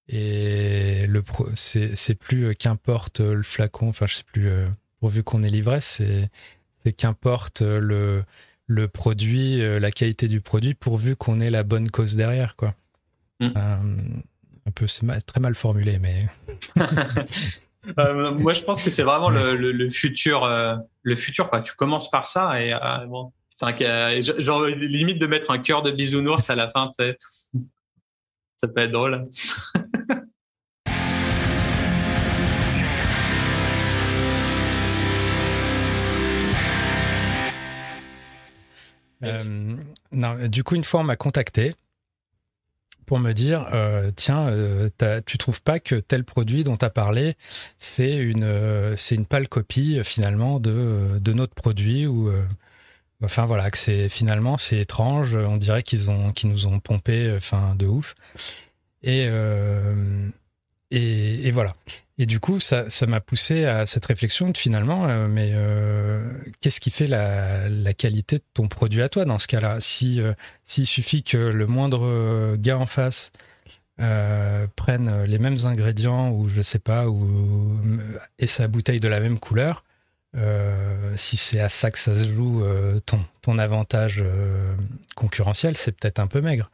Et c'est plus qu'importe le flacon, enfin je sais plus, pourvu qu'on ait l'ivresse, c'est qu'importe le produit, la qualité du produit, pourvu qu'on ait la bonne cause derrière, quoi. Un peu, très mal formulé, mais. Moi, je pense que c'est vraiment le futur, le futur, quoi. Tu commences par ça et bon, genre limite de mettre un cœur de bisounours à la fin, tu sais. Ça peut être drôle. Non, du coup, une fois, on m'a contacté pour me dire tiens, tu trouves pas que tel produit dont tu as parlé, c'est une pâle copie finalement de notre produit ou enfin voilà, que c'est étrange, on dirait qu'ils nous ont pompé de ouf. Et voilà. Et du coup, ça m'a poussé à cette réflexion de finalement, qu'est-ce qui fait la qualité de ton produit à toi dans ce cas-là ? S'il suffit que le moindre gars en face prenne les mêmes ingrédients ou je sais pas, et sa bouteille de la même couleur, si c'est à ça que ça se joue, ton avantage concurrentiel, c'est peut-être un peu maigre.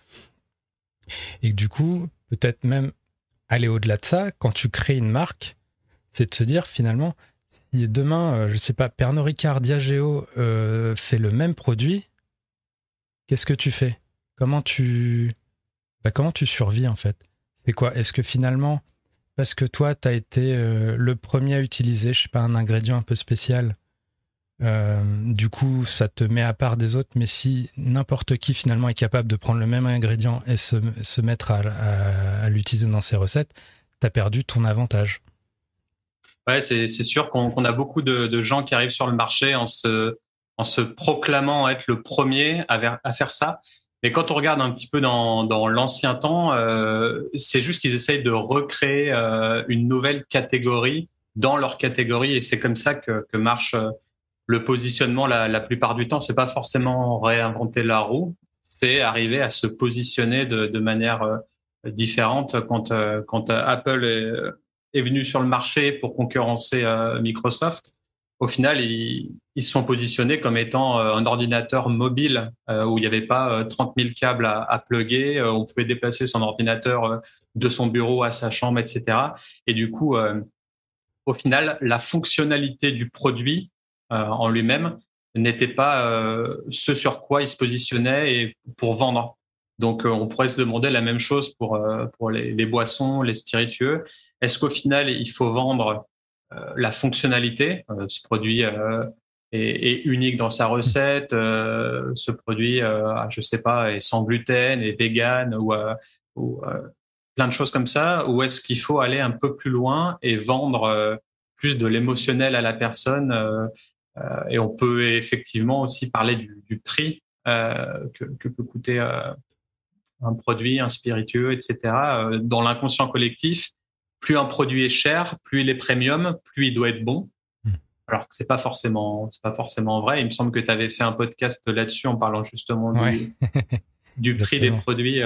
Et du coup, peut-être même aller au-delà de ça, quand tu crées une marque, c'est de se dire finalement, si demain, je sais pas, Pernod Ricard, Diageo fait le même produit, qu'est-ce que tu fais ? Comment tu survis en fait ? C'est quoi ? Est-ce que finalement, parce que toi, tu as été le premier à utiliser, je sais pas, un ingrédient un peu spécial, du coup, ça te met à part des autres, mais si n'importe qui finalement est capable de prendre le même ingrédient et se mettre à l'utiliser dans ses recettes, t'as perdu ton avantage. Ouais, c'est sûr qu'on a beaucoup de gens qui arrivent sur le marché en se proclamant être le premier à faire ça. Mais quand on regarde un petit peu dans l'ancien temps, c'est juste qu'ils essayent de recréer une nouvelle catégorie dans leur catégorie, et c'est comme ça que marche le positionnement la plupart du temps. C'est pas forcément réinventer la roue, c'est arriver à se positionner de manière différente. Quand Apple est venu sur le marché pour concurrencer Microsoft, au final, ils se sont positionnés comme étant un ordinateur mobile où il n'y avait pas 30 000 câbles à plugger. On pouvait déplacer son ordinateur de son bureau à sa chambre, etc. Et du coup, au final, la fonctionnalité du produit en lui-même n'était pas ce sur quoi il se positionnait et pour vendre. Donc, on pourrait se demander la même chose pour les boissons, les spiritueux. Est-ce qu'au final, il faut vendre la fonctionnalité? Ce produit est unique dans sa recette. Ce produit, je sais pas, est sans gluten, est vegan ou plein de choses comme ça. Ou est-ce qu'il faut aller un peu plus loin et vendre plus de l'émotionnel à la personne et on peut effectivement aussi parler du prix que peut coûter un produit, un spiritueux, etc. Dans l'inconscient collectif, plus un produit est cher, plus il est premium, plus il doit être bon. Alors que c'est pas forcément vrai. Il me semble que tu avais fait un podcast là-dessus en parlant justement du prix des produits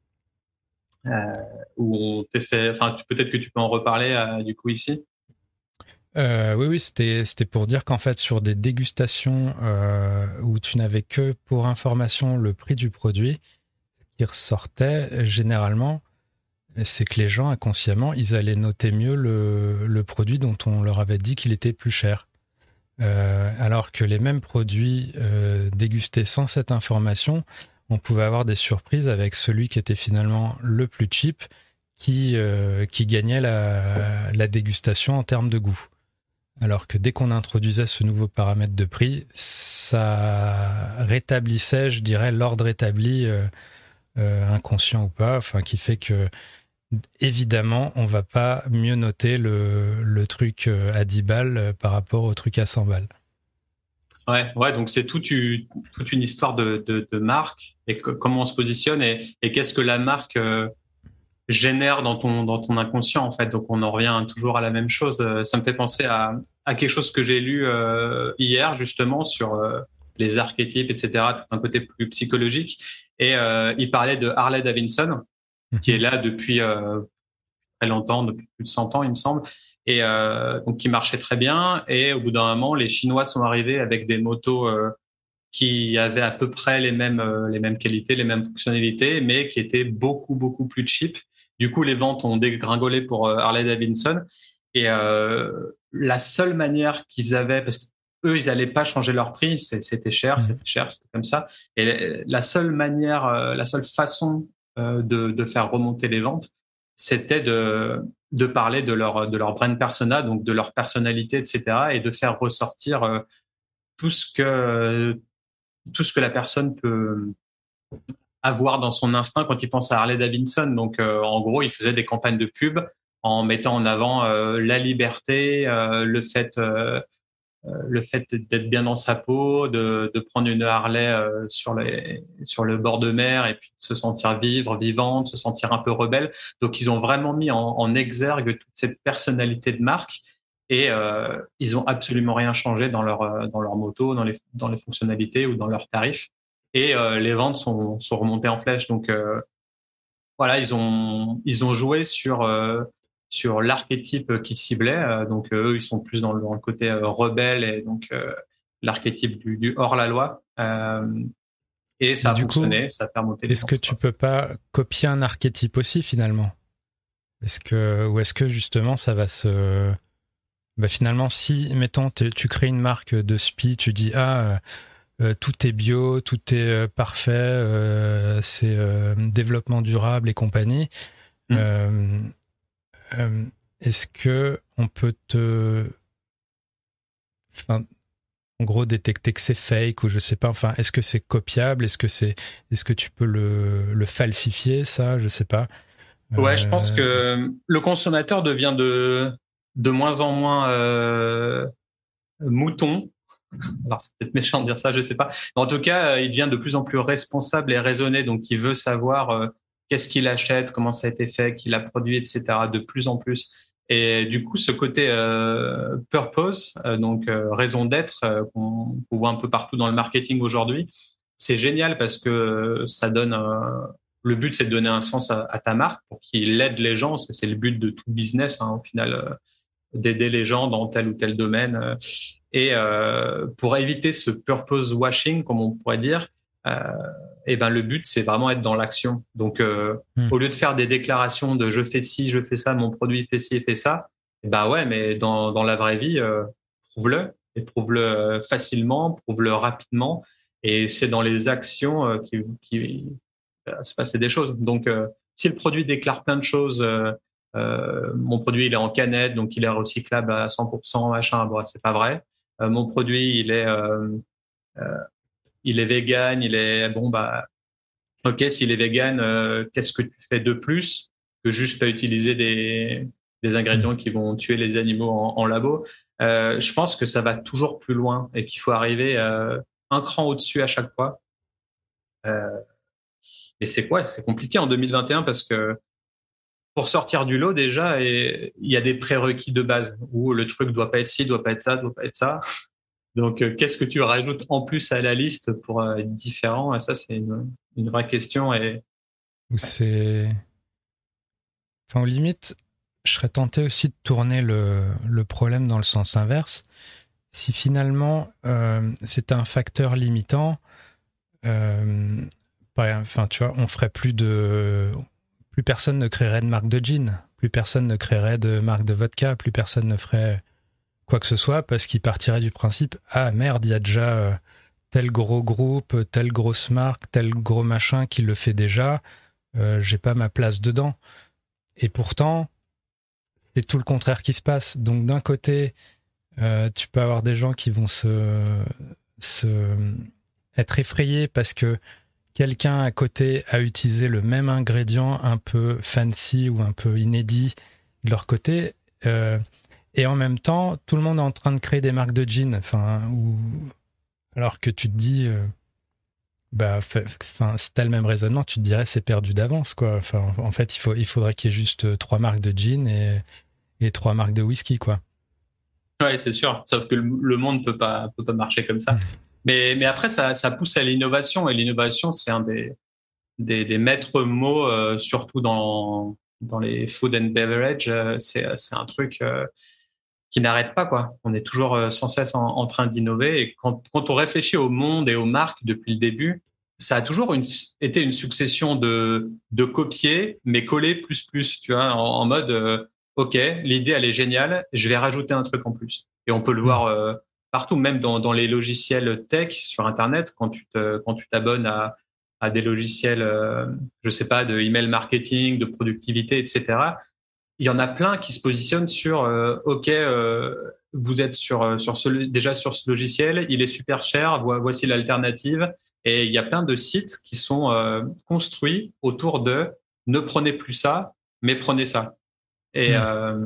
où on testait. Enfin, peut-être que tu peux en reparler du coup ici. Oui, c'était pour dire qu'en fait, sur des dégustations où tu n'avais que pour information le prix du produit, ce qui ressortait généralement, c'est que les gens, inconsciemment, ils allaient noter mieux le produit dont on leur avait dit qu'il était plus cher. Alors que les mêmes produits dégustés sans cette information, on pouvait avoir des surprises avec celui qui était finalement le plus cheap, qui gagnait la dégustation en termes de goût. Alors que dès qu'on introduisait ce nouveau paramètre de prix, ça rétablissait, je dirais, l'ordre établi, inconscient ou pas, enfin, qui fait que, évidemment, on va pas mieux noter le truc à 10 balles par rapport au truc à 100 balles. Ouais, donc c'est toute une histoire de marque et comment on se positionne et qu'est-ce que la marque génère dans ton inconscient en fait. Donc on en revient toujours à la même chose. Ça me fait penser à quelque chose que j'ai lu hier justement sur les archétypes, etc. Tout un côté plus psychologique. Et il parlait de Harley Davidson qui est là depuis très longtemps, depuis plus de 100 ans, il me semble, et donc qui marchait très bien. Et au bout d'un moment, les Chinois sont arrivés avec des motos qui avaient à peu près les mêmes qualités, les mêmes fonctionnalités, mais qui étaient beaucoup plus cheap. Du coup, les ventes ont dégringolé pour Harley-Davidson. Et la seule manière qu'ils avaient, parce qu'eux, ils allaient pas changer leur prix, c'était cher, c'était comme ça. Et la seule manière, la seule façon de faire remonter les ventes, c'était de parler de leur brand persona, donc de leur personnalité, etc., et de faire ressortir tout ce que la personne peut avoir dans son instinct quand il pense à Harley Davidson. Donc, en gros, il faisait des campagnes de pub en mettant en avant la liberté, le fait d'être bien dans sa peau, de prendre une Harley sur le bord de mer et puis de se sentir vivante, se sentir un peu rebelle. Donc, ils ont vraiment mis en exergue toute cette personnalité de marque. Et ils ont absolument rien changé dans leur moto, dans les fonctionnalités ou dans leurs tarifs. Et les ventes sont remontées en flèche. Donc voilà, ils ont joué sur l'archétype qu'ils ciblaient. Donc eux, ils sont plus dans le côté rebelle et donc l'archétype du hors la loi. Et ça a fonctionné, ça a fait remonter les ventes. Est-ce que tu peux pas copier un archétype aussi finalement? Ou est-ce que justement ça va se... finalement, si, mettons, tu crées une marque de spi, tu dis tout est bio, tout est parfait, c'est développement durable et compagnie. Est-ce que on peut en gros détecter que c'est fake ou je sais pas. Enfin, est-ce que c'est copiable? Est-ce que tu peux le falsifier, ça? Je sais pas. Ouais, je pense que le consommateur devient de moins en moins mouton. Alors c'est peut-être méchant de dire ça, je sais pas. Mais en tout cas, il devient de plus en plus responsable et raisonné. Donc, il veut savoir qu'est-ce qu'il achète, comment ça a été fait, qui l'a produit, etc. De plus en plus. Et du coup, ce côté purpose, donc raison d'être, qu'on voit un peu partout dans le marketing aujourd'hui, c'est génial parce que ça donne le but, c'est de donner un sens à ta marque pour qu'il aide les gens. C'est le but de tout business, au final, d'aider les gens dans tel ou tel domaine. Et pour éviter ce purpose washing, comme on pourrait dire, le but, c'est vraiment être dans l'action. Donc, au lieu de faire des déclarations de je fais ci, je fais ça, mon produit fait ci et fait ça, ouais, mais dans la vraie vie, prouve-le. Et prouve-le facilement, prouve-le rapidement. Et c'est dans les actions qui va se passer des choses. Donc, si le produit déclare plein de choses, mon produit il est en canette, donc il est recyclable à 100%, machin, c'est pas vrai. Mon produit il est vegan, ok, s'il est vegan, qu'est-ce que tu fais de plus que juste à utiliser des ingrédients qui vont tuer les animaux en labo? Je pense que ça va toujours plus loin et qu'il faut arriver un cran au-dessus à chaque fois. Et c'est compliqué en 2021 parce que pour sortir du lot, déjà, il y a des prérequis de base où le truc doit pas être ci, doit pas être ça, doit pas être ça. Donc, qu'est-ce que tu rajoutes en plus à la liste pour être différent? Et ça, c'est une vraie question. Enfin, aux limites, je serais tenté aussi de tourner le problème dans le sens inverse. Si finalement, c'était un facteur limitant, tu vois, on ferait plus personne ne créerait de marque de jean, plus personne ne créerait de marque de vodka, plus personne ne ferait quoi que ce soit parce qu'il partirait du principe merde, il y a déjà tel gros groupe, telle grosse marque, tel gros machin qui le fait déjà, j'ai pas ma place dedans. Et pourtant, c'est tout le contraire qui se passe. Donc d'un côté, tu peux avoir des gens qui vont être effrayés parce que quelqu'un à côté a utilisé le même ingrédient un peu fancy ou un peu inédit de leur côté, et en même temps, tout le monde est en train de créer des marques de jeans, alors que tu te dis, si t'as le même raisonnement, tu te dirais c'est perdu d'avance, quoi. Enfin, en fait, il faudrait qu'il y ait juste 3 marques de jeans et 3 marques de whisky, quoi. Ouais, c'est sûr. Sauf que le monde peut pas marcher comme ça. Mais après, ça pousse à l'innovation. Et l'innovation, c'est un des maîtres mots, surtout dans dans les food and beverage, c'est un truc qui n'arrête pas, quoi. On est toujours sans cesse en train d'innover. Et quand on réfléchit au monde et aux marques depuis le début, ça a toujours été une succession de copier, mais coller plus, tu vois, en mode, OK, l'idée, elle est géniale, je vais rajouter un truc en plus. Et on peut le voir partout, même dans les logiciels tech sur Internet, quand tu t'abonnes à des logiciels, je sais pas, de email marketing, de productivité, etc. Il y en a plein qui se positionnent sur OK, vous êtes déjà sur ce logiciel, il est super cher, voici l'alternative. Et il y a plein de sites qui sont construits autour de ne prenez plus ça, mais prenez ça. Et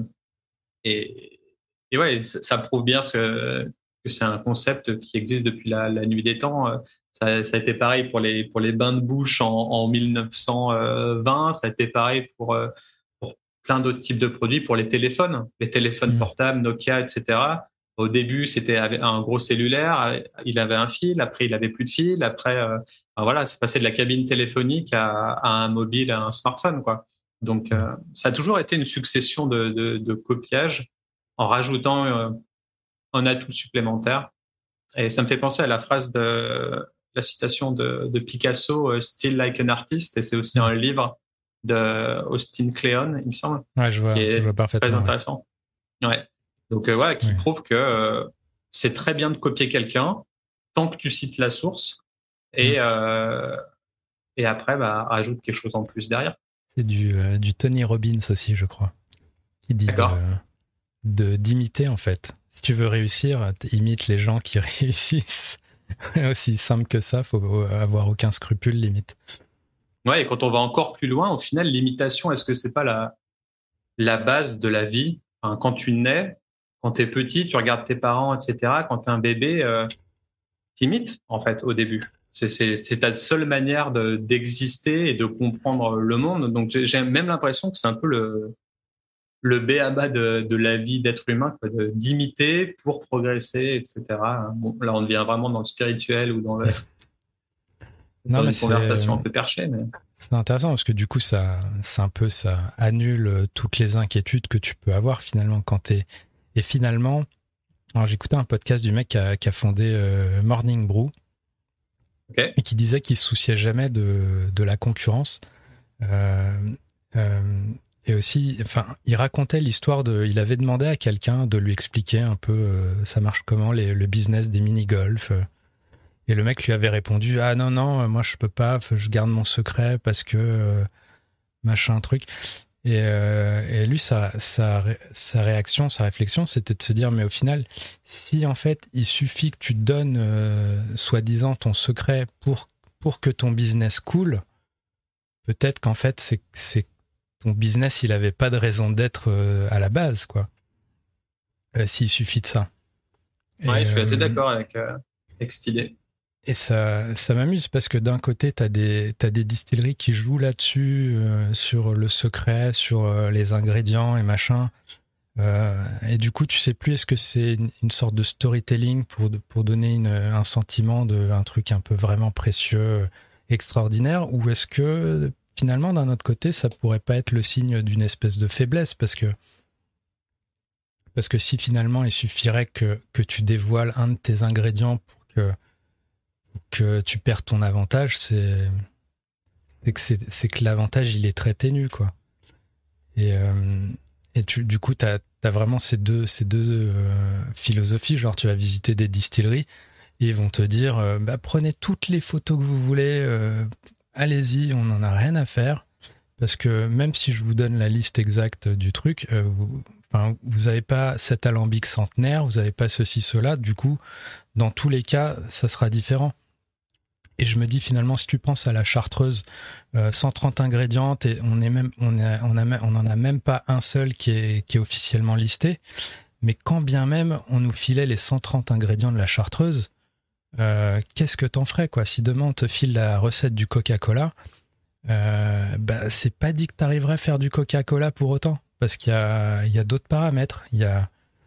ouais, ça prouve bien que c'est un concept qui existe depuis la nuit des temps. Ça a été pareil pour les bains de bouche en 1920. Ça a été pareil pour plein d'autres types de produits, pour les téléphones portables, Nokia, etc. Au début, c'était un gros cellulaire. Il avait un fil. Après, il avait plus de fil. Après, voilà, c'est passé de la cabine téléphonique à un mobile, à un smartphone, quoi. Donc, ça a toujours été une succession de copiage en rajoutant un atout supplémentaire. Et ça me fait penser à la phrase de la citation de Picasso, Still Like an Artist. Et c'est aussi un livre de Austin Kleon, il me semble. Ouais, je vois parfaitement. Très intéressant. Ouais. Donc, ouais, qui prouve que c'est très bien de copier quelqu'un tant que tu cites la source et après, rajoute quelque chose en plus derrière. C'est du Tony Robbins aussi, je crois, qui dit d'imiter, en fait. Si tu veux réussir, imite les gens qui réussissent. Aussi simple que ça, faut avoir aucun scrupule, limite. Ouais, et quand on va encore plus loin, au final, l'imitation, est-ce que c'est pas la base de la vie? Enfin, quand tu nais, quand t'es petit, tu regardes tes parents, etc. Quand t'es un bébé, t'imites, en fait, au début. C'est ta seule manière d'exister et de comprendre le monde. Donc, j'ai même l'impression que c'est un peu le b.a.-ba de la vie d'être humain, quoi, d'imiter pour progresser, etc. Bon, là, on devient vraiment dans le spirituel ou dans une conversation un peu perchée. Mais... C'est intéressant parce que du coup, ça annule toutes les inquiétudes que tu peux avoir finalement quand t'es... Et finalement, alors j'écoutais un podcast du mec qui a fondé Morning Brew et qui disait qu'il se souciait jamais de la concurrence. Et aussi, enfin, il racontait l'histoire il avait demandé à quelqu'un de lui expliquer un peu ça marche comment le business des mini-golf. Et le mec lui avait répondu « Ah non, moi je peux pas, je garde mon secret parce que machin truc. » Et lui, sa réaction, sa réflexion, c'était de se dire « Mais au final, si en fait il suffit que tu donnes soi-disant ton secret pour que ton business coule, peut-être qu'en fait c'est ton business, il avait pas de raison d'être à la base, quoi. S'il suffit de ça. » Ouais, je suis assez d'accord avec cette idée. Et ça m'amuse parce que d'un côté, t'as des distilleries qui jouent là-dessus, sur le secret, sur les ingrédients et machin. Et du coup, tu sais plus, est-ce que c'est une sorte de storytelling pour donner un sentiment d'un truc un peu vraiment précieux, extraordinaire, ou est-ce que finalement, d'un autre côté, ça pourrait pas être le signe d'une espèce de faiblesse parce que si finalement il suffirait que tu dévoiles un de tes ingrédients pour que tu perds ton avantage, c'est que l'avantage il est très ténu, quoi. Et du coup t'as vraiment ces deux philosophies, genre tu vas visiter des distilleries et ils vont te dire prenez toutes les photos que vous voulez, allez-y, on n'en a rien à faire parce que même si je vous donne la liste exacte du truc, vous n'avez pas cet alambic centenaire, vous n'avez pas ceci, cela, du coup dans tous les cas ça sera différent. Et je me dis finalement, si tu penses à la chartreuse, 130 ingrédients, et on n'en a même pas un seul qui est officiellement listé. Mais quand bien même on nous filait les 130 ingrédients de la chartreuse, qu'est-ce que t'en ferais, quoi? Si demain on te file la recette du Coca-Cola, c'est pas dit que t'arriverais à faire du Coca-Cola pour autant, parce qu'il y a d'autres paramètres, il y a le savoir-faire, il y a d'autres choses. Et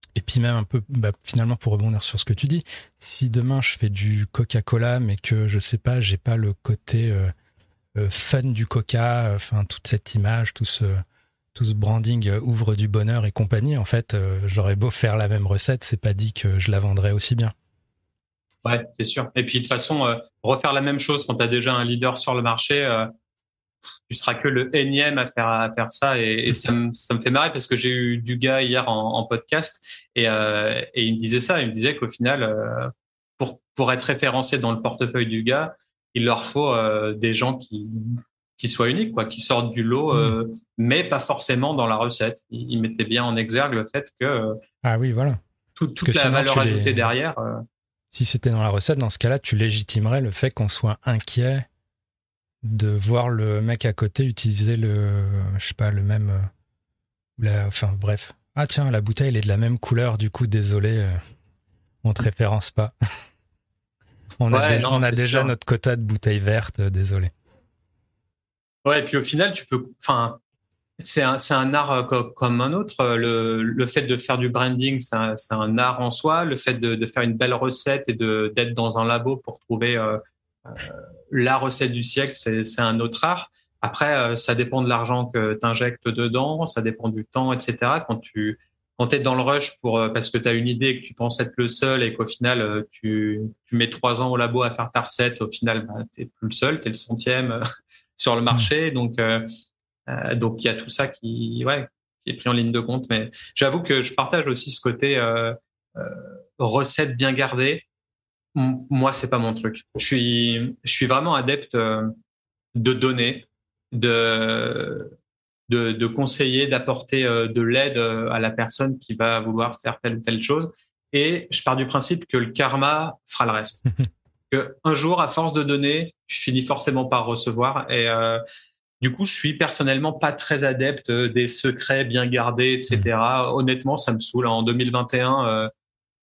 Et puis même un peu, finalement, pour rebondir sur ce que tu dis, si demain je fais du Coca-Cola, mais que je sais pas, j'ai pas le côté fun du Coca, enfin toute cette image, tout ce branding ouvre du bonheur et compagnie, en fait, j'aurais beau faire la même recette, c'est pas dit que je la vendrais aussi bien. Ouais, c'est sûr. Et puis de toute façon, refaire la même chose quand tu as déjà un leader sur le marché, tu seras que le énième à faire ça. Et ça me fait marrer parce que j'ai eu du gars hier en podcast et il me disait ça. Il me disait qu'au final, pour être référencé dans le portefeuille du gars, il leur faut des gens qui soient uniques, quoi, qui sortent du lot, mais pas forcément dans la recette. Il mettait bien en exergue le fait que ah oui, voilà. toute la valeur ajoutée derrière. Si c'était dans la recette, dans ce cas-là, tu légitimerais le fait qu'on soit inquiet de voir le mec à côté utiliser je sais pas, le même, enfin bref. Ah tiens, la bouteille elle est de la même couleur, du coup désolé, on te référence pas. on a déjà notre quota de bouteilles vertes, désolé. Ouais, et puis au final, c'est un art comme un autre. Le fait de faire du branding, c'est un art en soi. Le fait de faire une belle recette et d'être dans un labo pour trouver la recette du siècle, c'est un autre art. Après, ça dépend de l'argent que tu injectes dedans, ça dépend du temps, etc. Quand t'es dans le rush parce que tu as une idée et que tu penses être le seul et qu'au final, tu mets 3 ans au labo à faire ta recette, au final, t'es plus le seul, t'es le 100e sur le marché. Donc il y a tout ça qui est pris en ligne de compte. Mais j'avoue que je partage aussi ce côté recette bien gardée. Moi, c'est pas mon truc. Je suis vraiment adepte de donner, de conseiller, d'apporter de l'aide à la personne qui va vouloir faire telle ou telle chose. Et je pars du principe que le karma fera le reste. Que un jour, à force de donner, je finis forcément par recevoir. Et du coup, je suis personnellement pas très adepte des secrets bien gardés, etc. Honnêtement, ça me saoule. En 2021,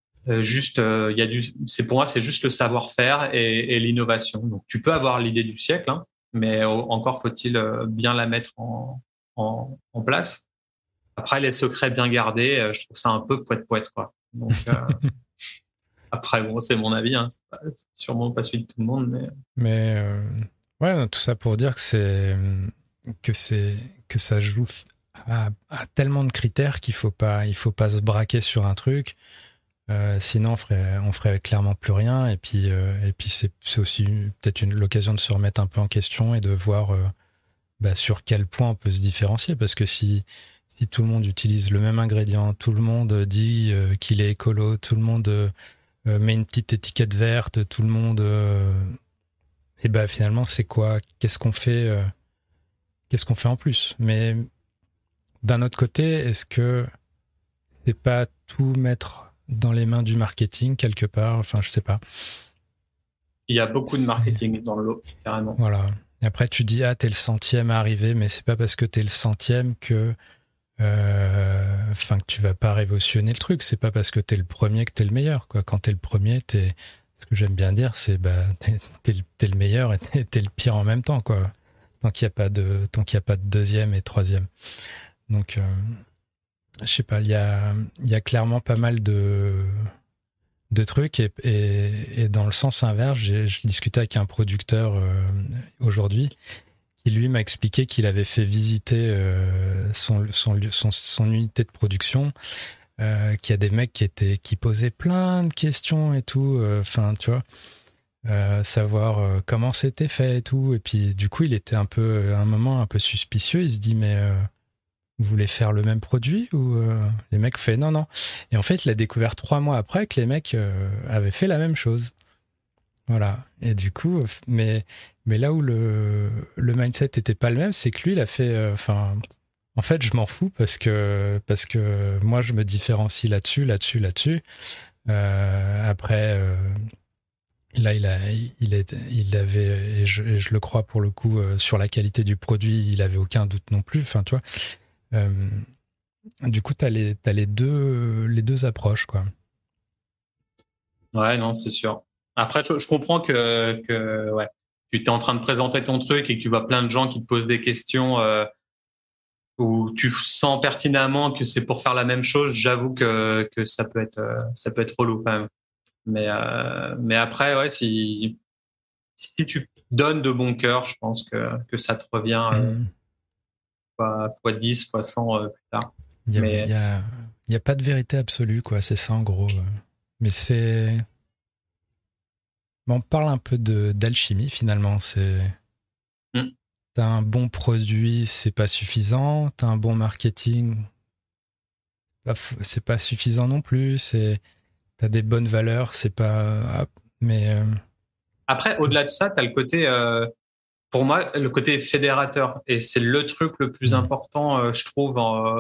c'est pour moi, c'est juste le savoir-faire et l'innovation. Donc, tu peux avoir l'idée du siècle, hein, mais encore faut-il bien la mettre en place. Après, les secrets bien gardés, je trouve ça un peu poète-poète, quoi. Donc, après, bon, c'est mon avis, hein. C'est sûrement pas celui de tout le monde, mais ouais, tout ça pour dire que ça joue à tellement de critères qu'il faut pas se braquer sur un truc. Sinon, on ferait clairement plus rien. Et puis c'est aussi peut-être l'occasion de se remettre un peu en question et de voir sur quel point on peut se différencier. Parce que si tout le monde utilise le même ingrédient, tout le monde dit qu'il est écolo, tout le monde met une petite étiquette verte, tout le monde... et finalement, c'est quoi ? Qu'est-ce qu'on fait en plus ? Mais d'un autre côté, est-ce que c'est pas tout mettre dans les mains du marketing quelque part, enfin je sais pas. Il y a beaucoup de marketing dans le lot, carrément. Voilà. Et après tu dis t'es le 100e à arriver, mais c'est pas parce que t'es le 100e que que tu vas pas révolutionner le truc. C'est pas parce que t'es le premier que t'es le meilleur, quoi. Quand t'es le premier, ce que j'aime bien dire, c'est t'es le meilleur et t'es le pire en même temps, quoi. Tant qu'il y a pas de deuxième et troisième. Donc je sais pas, il y a clairement pas mal de trucs et dans le sens inverse, je discutais avec un producteur aujourd'hui qui lui m'a expliqué qu'il avait fait visiter son unité de production, qu'il y a des mecs qui posaient plein de questions et tout, enfin tu vois, savoir comment c'était fait et tout, et puis du coup il était à un moment un peu suspicieux, il se dit mais vous voulez faire le même produit ou les mecs fait non. Et en fait, il a découvert 3 mois après que les mecs avaient fait la même chose. Voilà. Et du coup, mais là où le mindset était pas le même, c'est que lui, il a fait. En fait, je m'en fous parce que moi, je me différencie là-dessus. Après. Là, il avait, et je le crois pour le coup, sur la qualité du produit, il avait aucun doute non plus. Enfin, tu vois. Du coup, t'as les deux approches, quoi. Ouais, non, c'est sûr. Après, je comprends que ouais, tu es en train de présenter ton truc et que tu vois plein de gens qui te posent des questions où tu sens pertinemment que c'est pour faire la même chose, j'avoue que ça peut être relou quand même. Mais après, ouais, si tu donnes de bon cœur, je pense que ça te revient fois 10, fois 100 plus tard. Il y a pas de vérité absolue, quoi. C'est ça en gros. Mais c'est. On parle un peu d'alchimie finalement. T'as un bon produit, c'est pas suffisant. T'as un bon marketing, c'est pas suffisant non plus. T'as des bonnes valeurs, c'est pas. Mais après, au-delà de ça, t'as le côté, pour moi, le côté fédérateur, et c'est le truc le plus important, je trouve,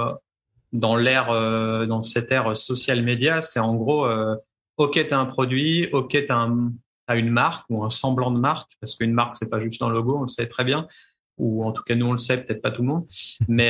dans cette ère social media. C'est en gros, ok, t'as un produit, ok, t'as une marque ou un semblant de marque, parce qu'une marque, c'est pas juste un logo, on le sait très bien. Ou en tout cas, nous, on le sait, peut-être pas tout le monde. Mais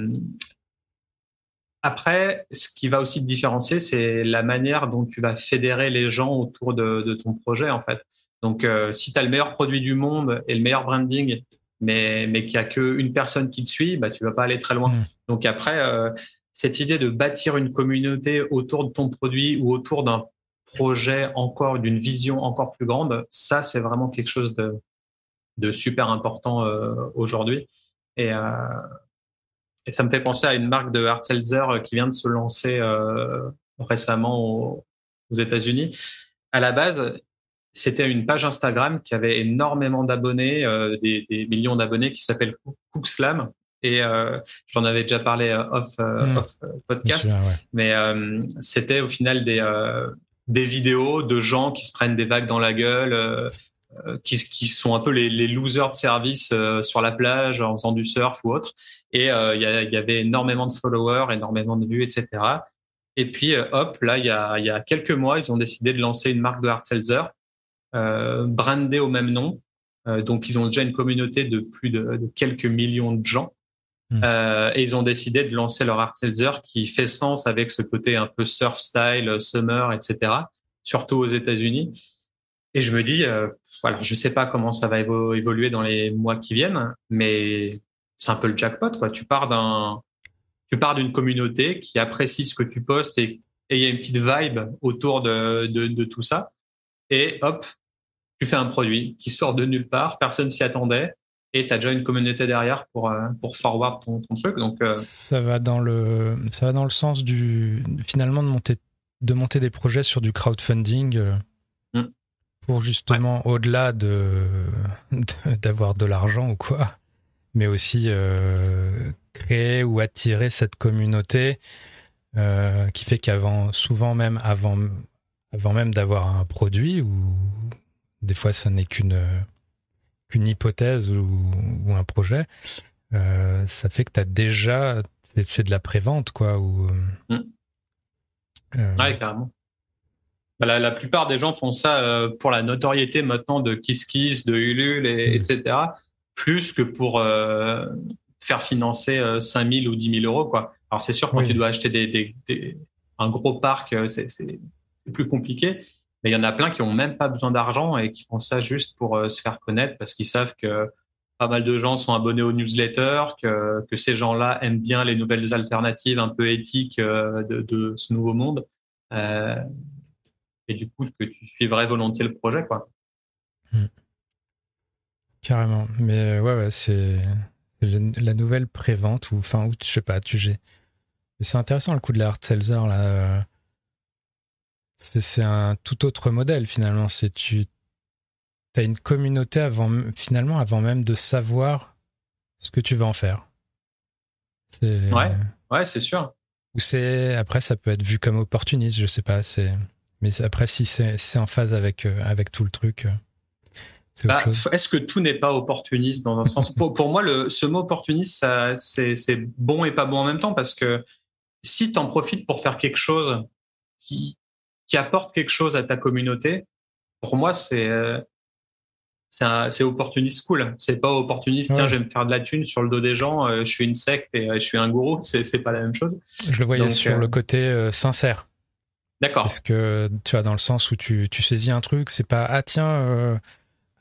après, ce qui va aussi te différencier, c'est la manière dont tu vas fédérer les gens autour de ton projet, en fait. Donc, si tu as le meilleur produit du monde et le meilleur branding, mais qu'il n'y a qu'une personne qui te suit, bah, tu vas pas aller très loin. Donc après, cette idée de bâtir une communauté autour de ton produit ou autour d'un projet encore, d'une vision encore plus grande, ça, c'est vraiment quelque chose de super important aujourd'hui. Et ça me fait penser à une marque de hard seltzer qui vient de se lancer récemment aux États-Unis. À la base, c'était une page Instagram qui avait énormément d'abonnés, des millions d'abonnés, qui s'appelle Cookslam. Et j'en avais déjà parlé off podcast, ouais. mais c'était au final des vidéos de gens qui se prennent des vagues dans la gueule, qui sont un peu les losers de service sur la plage en faisant du surf ou autre. Et il y avait énormément de followers, énormément de vues, etc. Et puis hop, là, il y a quelques mois, ils ont décidé de lancer une marque de hard seltzer brandée au même nom. Donc ils ont déjà une communauté de plus de quelques millions de gens. Et ils ont décidé de lancer leur hard seltzer qui fait sens avec ce côté un peu surf style, summer, etc. Surtout aux États-Unis. Et je me dis, voilà, je sais pas comment ça va évoluer dans les mois qui viennent, mais c'est un peu le jackpot, quoi. Tu pars d'une communauté qui apprécie ce que tu postes et il y a une petite vibe autour de tout ça. Et hop, tu fais un produit qui sort de nulle part, personne s'y attendait. Et tu as déjà une communauté derrière pour forward ton truc. Donc, ça va dans le sens finalement de monter des projets sur du crowdfunding pour justement, au-delà d'avoir de l'argent ou quoi, mais aussi créer ou attirer cette communauté qui fait souvent même avant même d'avoir un produit, ou des fois ça n'est qu'une hypothèse ou un projet, ça fait que tu as déjà, c'est de la prévente, quoi. Ouais, carrément. La plupart des gens font ça pour la notoriété maintenant de KissKiss, de Ulule, etc., plus que pour faire financer 5 000 ou 10 000 euros, quoi. Alors c'est sûr, quand tu dois acheter un gros parc, c'est plus compliqué. Mais il y en a plein qui ont même pas besoin d'argent et qui font ça juste pour se faire connaître, parce qu'ils savent que pas mal de gens sont abonnés aux newsletters, que ces gens-là aiment bien les nouvelles alternatives un peu éthiques de ce nouveau monde. Et du coup, que tu suivrais volontiers le projet, quoi. Carrément. Mais ouais, c'est la nouvelle prévente, ou je sais pas, c'est intéressant le coup de la hard seltzer, là. C'est un tout autre modèle, finalement. Tu as une communauté avant même de savoir ce que tu vas en faire. Ouais, c'est sûr. Ou après, ça peut être vu comme opportuniste, je sais pas. Mais après, si c'est en phase avec tout le truc, c'est autre chose. Est-ce que tout n'est pas opportuniste dans un sens? Pour moi, ce mot opportuniste, c'est bon et pas bon en même temps, parce que si tu en profites pour faire quelque chose qui apporte quelque chose à ta communauté, pour moi, c'est opportuniste cool. C'est pas opportuniste, tiens, je vais me faire de la thune sur le dos des gens, je suis une secte et je suis un gourou. C'est pas la même chose. Je le voyais sur le côté sincère. D'accord. Parce que tu vois, dans le sens où tu saisis un truc, c'est pas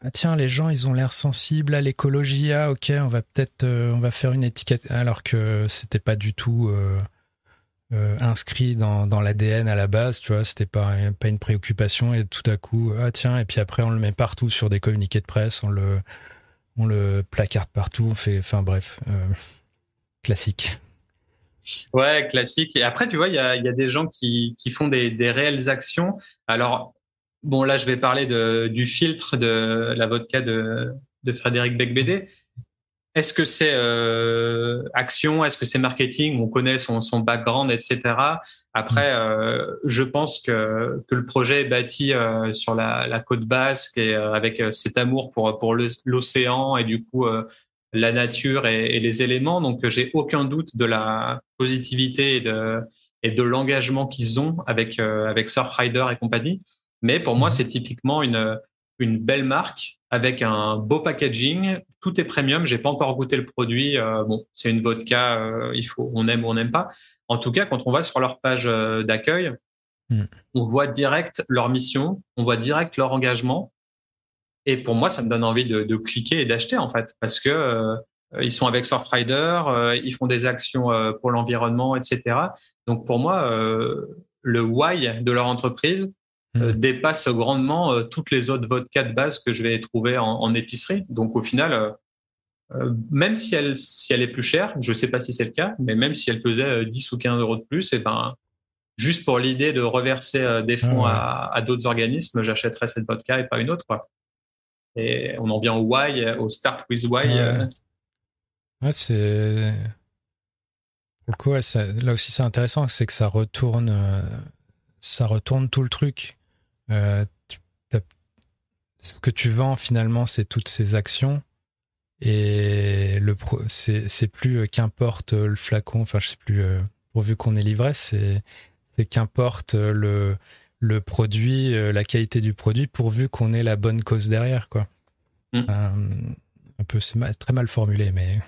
ah tiens, les gens, ils ont l'air sensibles à l'écologie. Ah, ok, on va peut-être, on va faire une étiquette. Alors que c'était pas du tout inscrit dans l'ADN à la base, tu vois. C'était pas une préoccupation. Et tout à coup, ah tiens, et puis après, on le met partout sur des communiqués de presse, on le placarde partout. On fait, enfin bref, classique. Ouais, classique. Et après, tu vois, il y a des gens qui font des réelles actions. Alors, bon, là, je vais parler du filtre de la vodka de Frédéric Becbédé. Est-ce que c'est action? Est-ce que c'est marketing? On connaît son background, etc. Après, je pense que le projet est bâti sur la côte basque et avec cet amour pour l'océan et du coup la nature et les éléments. Donc, j'ai aucun doute de la positivité et de l'engagement qu'ils ont avec Surfrider et compagnie. Mais pour moi, c'est typiquement une belle marque avec un beau packaging. Tout est premium. J'ai pas encore goûté le produit. Bon, c'est une vodka. On aime ou on n'aime pas. En tout cas, quand on va sur leur page d'accueil, on voit direct leur mission, on voit direct leur engagement. Et pour moi, ça me donne envie de cliquer et d'acheter en fait, parce que ils sont avec Surfrider, ils font des actions pour l'environnement, etc. Donc pour moi, le why de leur entreprise dépasse grandement toutes les autres vodkas de base que je vais trouver en épicerie. Donc au final, même si elle est plus chère, je sais pas si c'est le cas, mais même si elle faisait 10 ou 15 euros de plus, et ben juste pour l'idée de reverser des fonds à d'autres organismes, j'achèterais cette vodka et pas une autre, quoi. Et on en vient au why, au start with why. Ouais, c'est pour le coup, là aussi c'est intéressant, c'est que ça retourne tout le truc. Ce que tu vends finalement, c'est toutes ces actions. Et c'est plus qu'importe le flacon, enfin je sais plus, pourvu qu'on ait l'ivresse, c'est qu'importe le produit, la qualité du produit, pourvu qu'on ait la bonne cause derrière, quoi. Un peu, c'est très mal formulé, mais.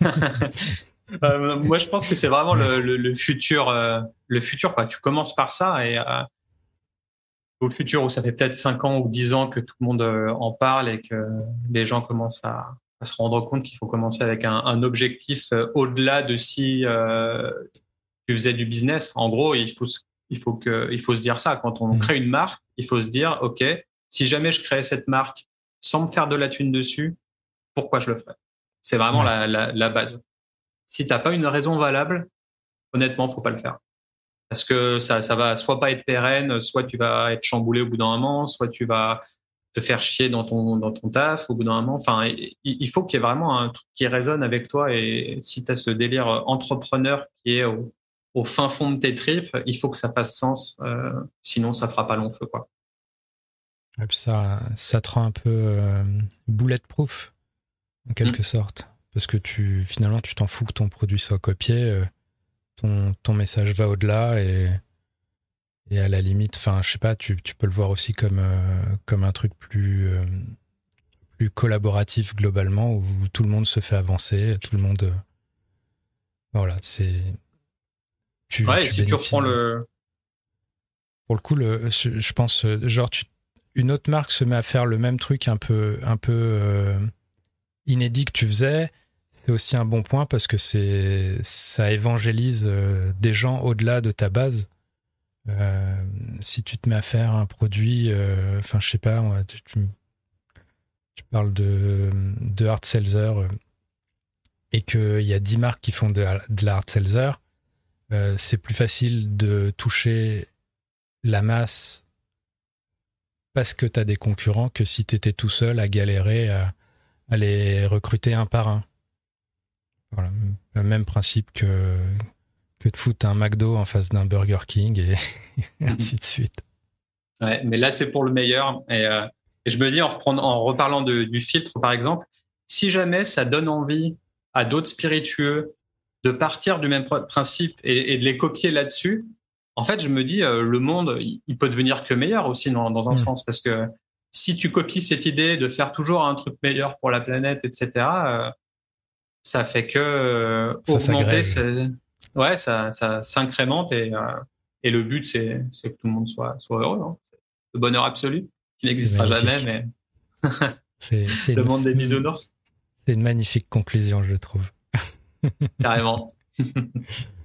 Moi, je pense que c'est vraiment le futur, quoi. Tu commences par ça et au futur où ça fait peut-être 5 ans ou 10 ans que tout le monde en parle et que les gens commencent à se rendre compte qu'il faut commencer avec un objectif au-delà de si tu faisais du business. En gros, il faut se dire ça. Quand on crée une marque, il faut se dire, OK, si jamais je crée cette marque sans me faire de la thune dessus, pourquoi je le ferais? C'est vraiment la base. Si t'as pas une raison valable, honnêtement, faut pas le faire. Parce que ça va soit pas être pérenne, soit tu vas être chamboulé au bout d'un moment, soit tu vas te faire chier dans ton taf au bout d'un moment. Enfin, il faut qu'il y ait vraiment un truc qui résonne avec toi. Et si tu as ce délire entrepreneur qui est au fin fond de tes tripes, il faut que ça fasse sens. Sinon, ça fera pas long feu, quoi. Et puis ça te rend un peu bulletproof, en quelque sorte. Parce que finalement, tu t'en fous que ton produit soit copié. Ton message va au-delà et à la limite, enfin, je sais pas, tu peux le voir aussi comme un truc plus collaboratif globalement, où tout le monde se fait avancer, tout le monde. Voilà, c'est. Et si tu reprends Pour le coup, je pense, genre, une autre marque se met à faire le même truc un peu inédit que tu faisais. C'est aussi un bon point parce que ça évangélise des gens au-delà de ta base. Si tu te mets à faire un produit, enfin je sais pas, tu parles de hard seltzer et qu'il y a 10 marques qui font de la hard seltzer, c'est plus facile de toucher la masse parce que tu as des concurrents que si tu étais tout seul à galérer à les recruter un par un. Voilà, le même principe que de foutre un McDo en face d'un Burger King et ainsi de suite. Ouais, mais là, c'est pour le meilleur. Et je me dis, en reparlant du filtre, par exemple, si jamais ça donne envie à d'autres spiritueux de partir du même principe et de les copier là-dessus, en fait, je me dis, le monde, il peut devenir que meilleur aussi dans un sens, parce que si tu copies cette idée de faire toujours un truc meilleur pour la planète, etc., ça fait que augmenter. Ça s'incrémente et le but, c'est que tout le monde soit heureux. Hein. C'est le bonheur absolu qui n'existera jamais, mais. C'est le monde des bisounours. C'est une magnifique conclusion, je trouve. Carrément.